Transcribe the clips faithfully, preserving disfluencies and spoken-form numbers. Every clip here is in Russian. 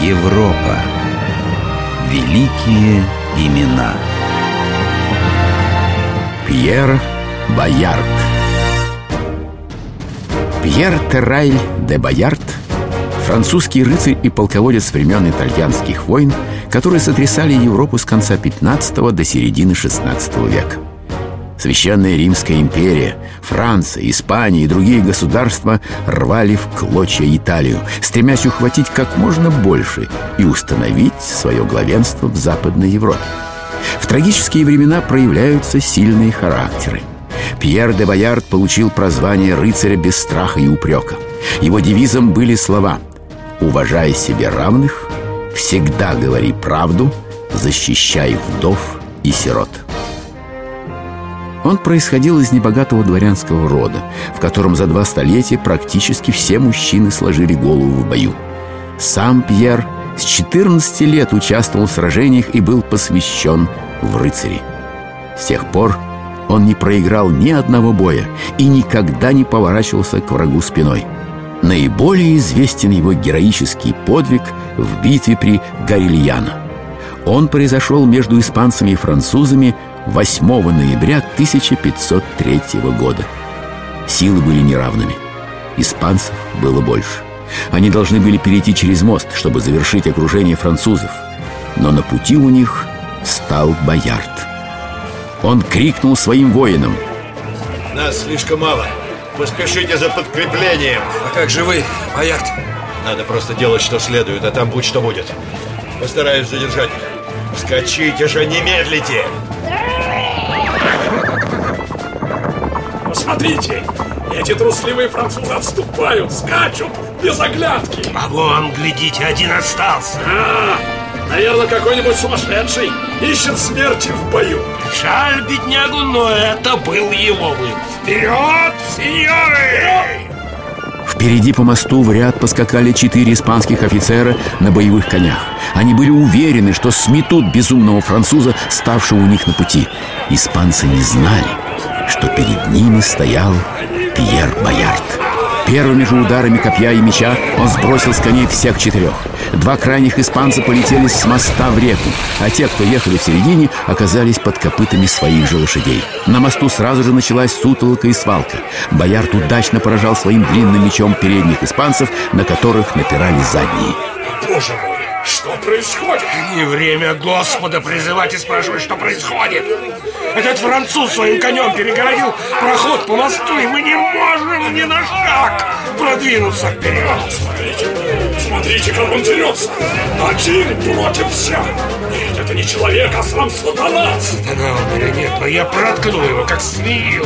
Европа. Великие имена. Пьер Боярд. Пьер Террайль де Боярд – французский рыцарь и полководец времен итальянских войн, которые сотрясали Европу с конца пятнадцатого до середины шестнадцатого века. Священная Римская империя, Франция, Испания и другие государства рвали в клочья Италию, стремясь ухватить как можно больше и установить свое главенство в Западной Европе. В трагические времена проявляются сильные характеры. Пьер де Боярд получил прозвание рыцаря без страха и упрека. Его девизом были слова: «Уважай себе равных, всегда говори правду, защищай вдов и сирот». Он происходил из небогатого дворянского рода, в котором за два столетия практически все мужчины сложили голову в бою. Сам Пьер с четырнадцати лет участвовал в сражениях и был посвящен в рыцари. С тех пор он не проиграл ни одного боя и никогда не поворачивался к врагу спиной. Наиболее известен его героический подвиг в битве при Гарильяно. Он произошел между испанцами и французами восьмого ноября тысяча пятьсот третьего года. Силы были неравными. Испанцев было больше. Они должны были перейти через мост, чтобы завершить окружение французов. Но на пути у них встал Боярд. Он крикнул своим воинам: «Нас слишком мало. Поспешите за подкреплением». А как же вы, Боярд? Надо просто делать, что следует, а там будь что будет. Постараюсь задержать их. Вскочите же, не медлите! Посмотрите, эти трусливые французы отступают, скачут без оглядки. А вон, глядите, один остался. А, наверное, какой-нибудь сумасшедший ищет смерти в бою. Жаль беднягу, но это был его выбор. Вперед, сеньоры! Впереди по мосту в ряд поскакали четыре испанских офицера на боевых конях. Они были уверены, что сметут безумного француза, ставшего у них на пути. Испанцы не знали, что перед ними стоял Пьер Боярд. Первыми же ударами копья и меча он сбросил с коней всех четырех. Два крайних испанца полетели с моста в реку, а те, кто ехали в середине, оказались под копытами своих же лошадей. На мосту сразу же началась сутолока и свалка. Боярд удачно поражал своим длинным мечом передних испанцев, на которых напирали задние. Боже мой, что происходит? Не время Господа призывать и спрашивать, что происходит. Этот француз своим конем перегородил проход по мосту, и мы не можем ни на шаг продвинуться вперед. Смотрите, смотрите, как он дерется. Один против всех. Нет, это не человек, а сам сатана. Сатана у меня нет, но я проткну его, как свинью.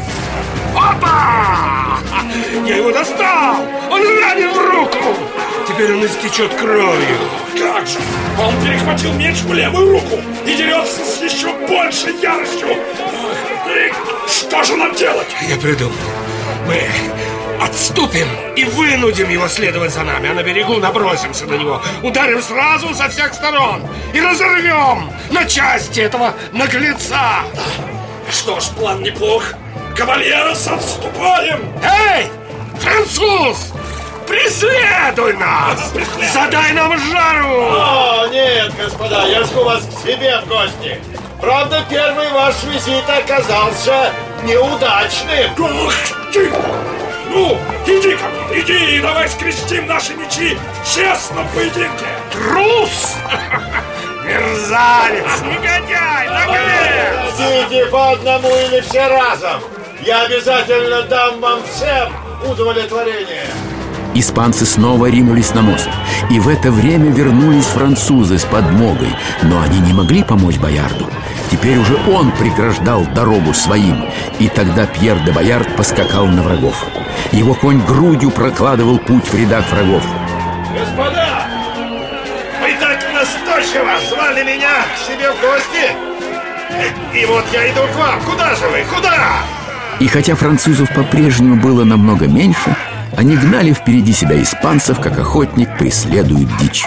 Опа! Я его достал! Он ранен в руку! Теперь он истечет кровью. Как же! Он перехватил меч в левую руку и дерется с еще большей яростью. И что же нам делать? Я придумал. Мы отступим и вынудим его следовать за нами, а на берегу набросимся на него, ударим сразу со всех сторон и разорвем на части этого наглеца. Что ж, план неплох. Кавальерос, отступаем! Эй, француз! Преследуй нас! Задай нам жару! О, нет, господа, я жду вас к себе в гости. Правда, первый ваш визит оказался неудачным. Ах ты! Ну, иди ко мне, иди и давай скрестим наши мечи в честном поединке. Трус! Мерзавец! Негодяй! Наглец! Идите по одному или все разом. Я обязательно дам вам всем удовлетворение. Испанцы снова ринулись на мост. И в это время вернулись французы с подмогой. Но они не могли помочь Боярду. Теперь уже он преграждал дорогу своим. И тогда Пьер де Боярд поскакал на врагов. Его конь грудью прокладывал путь в рядах врагов. Господа, вы так настойчиво звали меня к себе в гости. И вот я иду к вам. Куда же вы? Куда? И хотя французов по-прежнему было намного меньше, они гнали впереди себя испанцев, как охотник преследует дичь.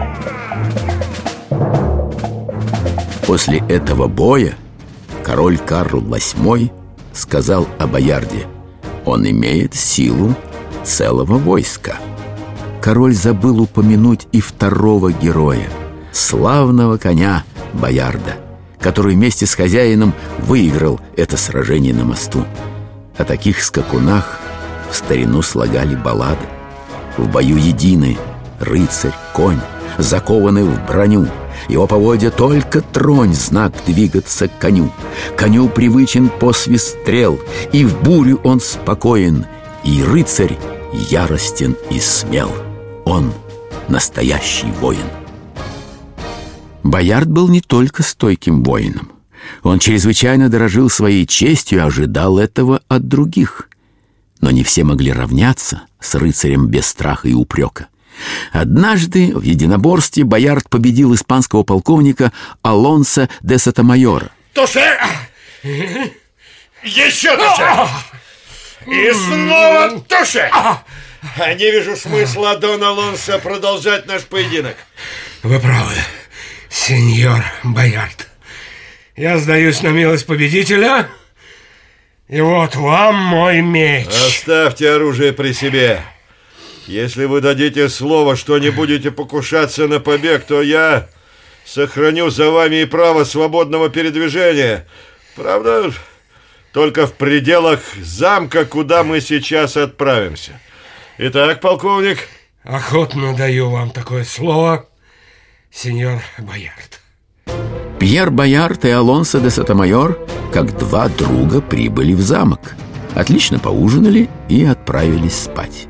После этого боя король Карл восьмой сказал о Боярде: он имеет силу целого войска. король забыл упомянуть и второго героя, славного коня Боярда, который вместе с хозяином выиграл это сражение на мосту. О таких скакунах в старину слагали баллады. В бою едины рыцарь, конь, закованный в броню. Его поводья только тронь, знак двигаться к коню. Коню привычен посвист стрел, и в бурю он спокоен, и рыцарь яростен и смел. Он настоящий воин. Боярд был не только стойким воином. Он чрезвычайно дорожил своей честью и ожидал этого от других. Но не все могли равняться с рыцарем без страха и упрека. Однажды в единоборстве Боярд победил испанского полковника Алонсо де Сотомайора. Туше! Еще туше! И снова туше! Не вижу смысла, Дон Алонсо, продолжать наш поединок. Вы правы, сеньор Боярд. Я сдаюсь на милость победителя. И вот вам мой меч. Оставьте оружие при себе. Если вы дадите слово, что не будете покушаться на побег, то я сохраню за вами и право свободного передвижения. Правда, только в пределах замка, куда мы сейчас отправимся. Итак, полковник. Охотно даю вам такое слово, сеньор Боярд. Пьер Боярд и Алонсо де Сотомайор, как два друга, прибыли в замок. Отлично поужинали и отправились спать.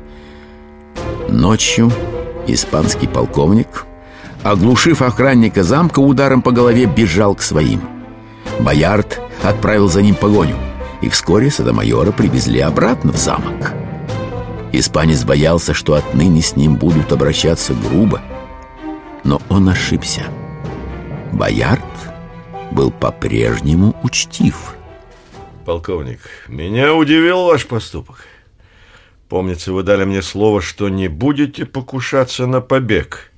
Ночью испанский полковник, оглушив охранника замка, ударом по голове бежал к своим. Боярд отправил за ним погоню, и вскоре Сотомайора привезли обратно в замок. Испанец боялся, что отныне с ним будут обращаться грубо. Но он ошибся. Боярд был по-прежнему учтив. Полковник, меня удивил ваш поступок. Помнится, вы дали мне слово, что не будете покушаться на побег.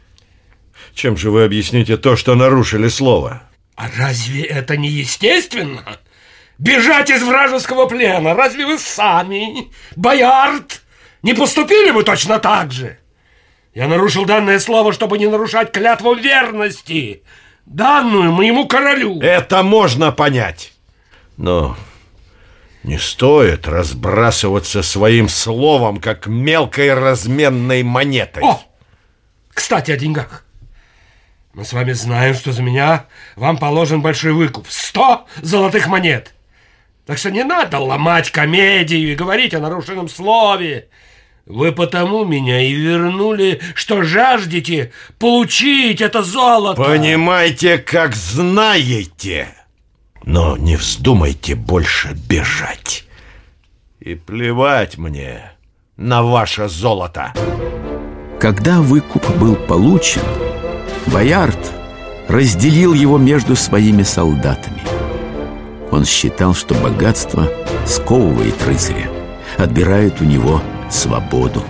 Чем же вы объясните то, что нарушили слово? А разве это не естественно? Бежать из вражеского плена. Разве вы сами, Боярд, не поступили бы точно так же? Я нарушил данное слово, чтобы не нарушать клятву верности, данную моему королю. Это можно понять. Но не стоит разбрасываться своим словом, как мелкой разменной монетой. О! Кстати, о деньгах. Мы с вами знаем, что за меня вам положен большой выкуп. Сто золотых монет. Так что не надо ломать комедию и говорить о нарушенном слове. Вы потому меня и вернули, что жаждете получить это золото. Понимаете, как знаете. Но не вздумайте больше бежать. И плевать мне на ваше золото. Когда выкуп был получен, Боярд разделил его между своими солдатами. Он считал, что богатство сковывает рыцаря, отбирает у него свободу.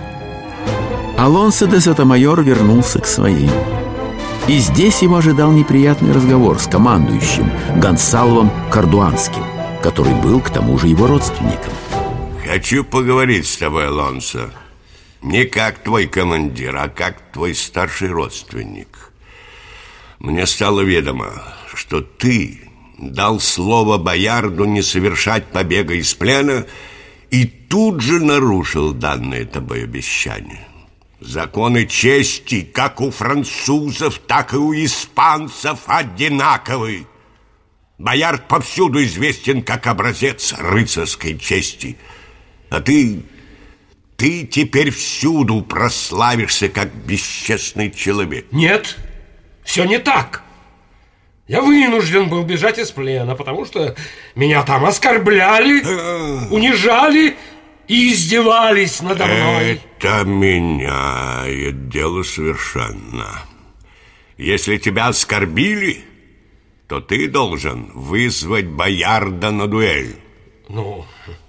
Алонсо де Сотомайор вернулся к своим. И здесь его ожидал неприятный разговор с командующим Гонсалвом Кардуанским, который был к тому же его родственником. Хочу поговорить с тобой, Алонсо. Не как твой командир, а как твой старший родственник. Мне стало ведомо, что ты дал слово Боярду не совершать побега из плена и тут же нарушил данное тобой обещание. Законы чести, как у французов, так и у испанцев, одинаковы. Боярд повсюду известен как образец рыцарской чести. А ты... ты теперь всюду прославишься как бесчестный человек. Нет, все не так. Я вынужден был бежать из плена, потому что меня там оскорбляли, унижали и издевались надо мной. Это меняет дело совершенно. Если тебя оскорбили, то ты должен вызвать Боярда на дуэль. Ну,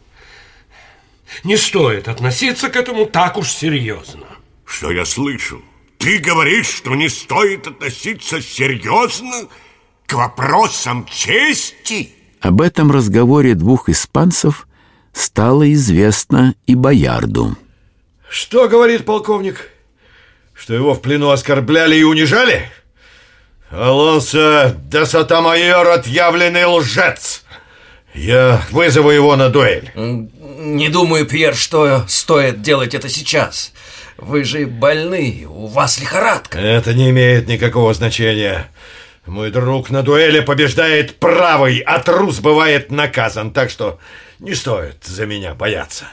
не стоит относиться к этому так уж серьезно. Что я слышу? Ты говоришь, что не стоит относиться серьезно к вопросам чести? Об этом разговоре двух испанцев стало известно и Боярду. Что говорит полковник? что его в плену оскорбляли и унижали? Алонсо де Сотомайор — отъявленный лжец. Я вызову его на дуэль. Не думаю, Пьер, что стоит делать это сейчас. Вы же больны, у вас лихорадка. Это не имеет никакого значения. Мой друг на дуэли побеждает правый, а трус бывает наказан. Так что не стоит за меня бояться.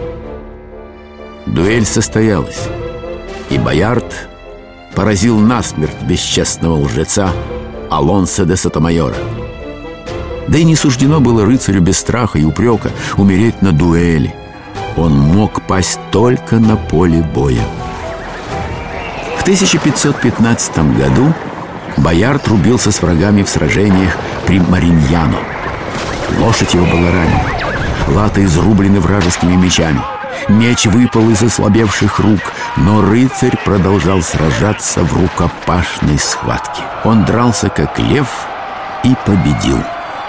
Дуэль состоялась, и Боярд поразил насмерть бесчестного лжеца Алонсо де Сотомайора. Да и не суждено было рыцарю без страха и упрека умереть на дуэли. Он мог пасть только на поле боя. В тысяча пятьсот пятнадцатом году Боярд рубился с врагами в сражениях при Мариньяно. Лошадь его была ранена, латы изрублены вражескими мечами, меч выпал из ослабевших рук, но рыцарь продолжал сражаться в рукопашной схватке. Он дрался как лев и победил.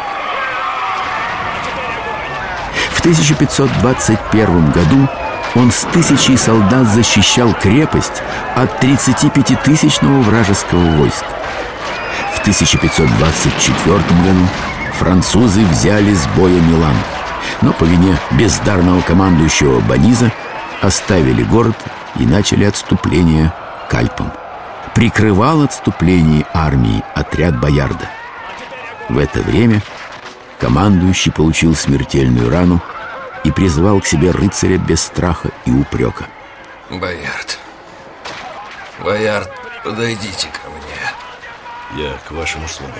В тысяча пятьсот двадцать первом году он с тысячей солдат защищал крепость от тридцатипятитысячного вражеского войска. В тысяча пятьсот двадцать четвёртом году французы взяли с боя Милан, но по вине бездарного командующего Бониза оставили город и начали отступление к Альпам. Прикрывал отступление армии отряд Боярда. В это время командующий получил смертельную рану и призвал к себе рыцаря без страха и упрека. Боярд, Боярд, подойдите ко мне. Я к вашим услугам.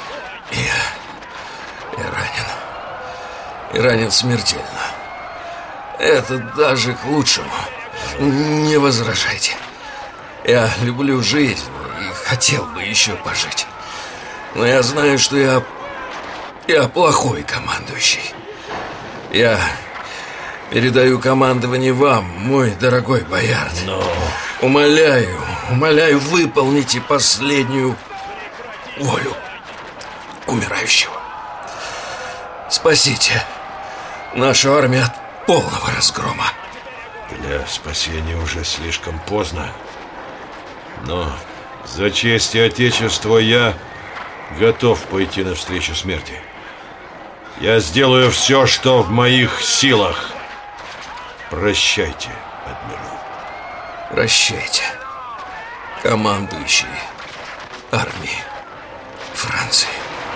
Я, я ранен. И ранен смертельно. Это даже к лучшему. Не возражайте. Я люблю жизнь и хотел бы еще пожить. Но я знаю, что я... Я плохой командующий. Я передаю командование вам, мой дорогой Боярд. Но... Умоляю, умоляю, выполните последнюю волю умирающего. Спасите нашу армию от полного разгрома. Для спасения уже слишком поздно. Но за честь и отечество я готов пойти навстречу смерти. Я сделаю все, что в моих силах. Прощайте, адмирал. Прощайте, командующий армией Франции.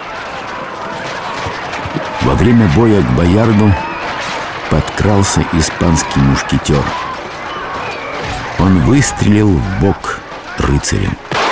Во время боя к Боярду подкрался испанский мушкетер. Он выстрелил в бок рыцаря.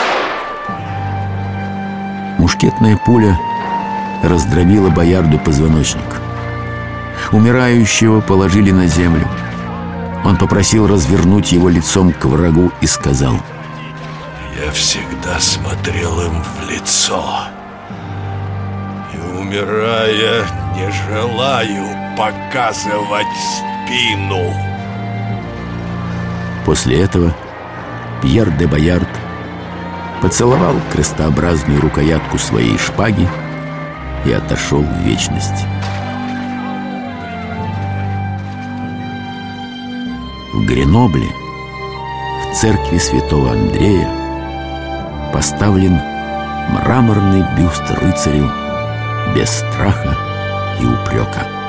Мушкетная пуля раздробила Боярду позвоночник. Умирающего положили на землю. Он попросил развернуть его лицом к врагу и сказал: я всегда смотрел им в лицо. И, умирая, не желаю показывать спину. После этого Пьер де Боярд поцеловал крестообразную рукоятку своей шпаги и отошел в вечность. В Гренобле, в церкви святого Андрея, поставлен мраморный бюст рыцарю без страха и упрека.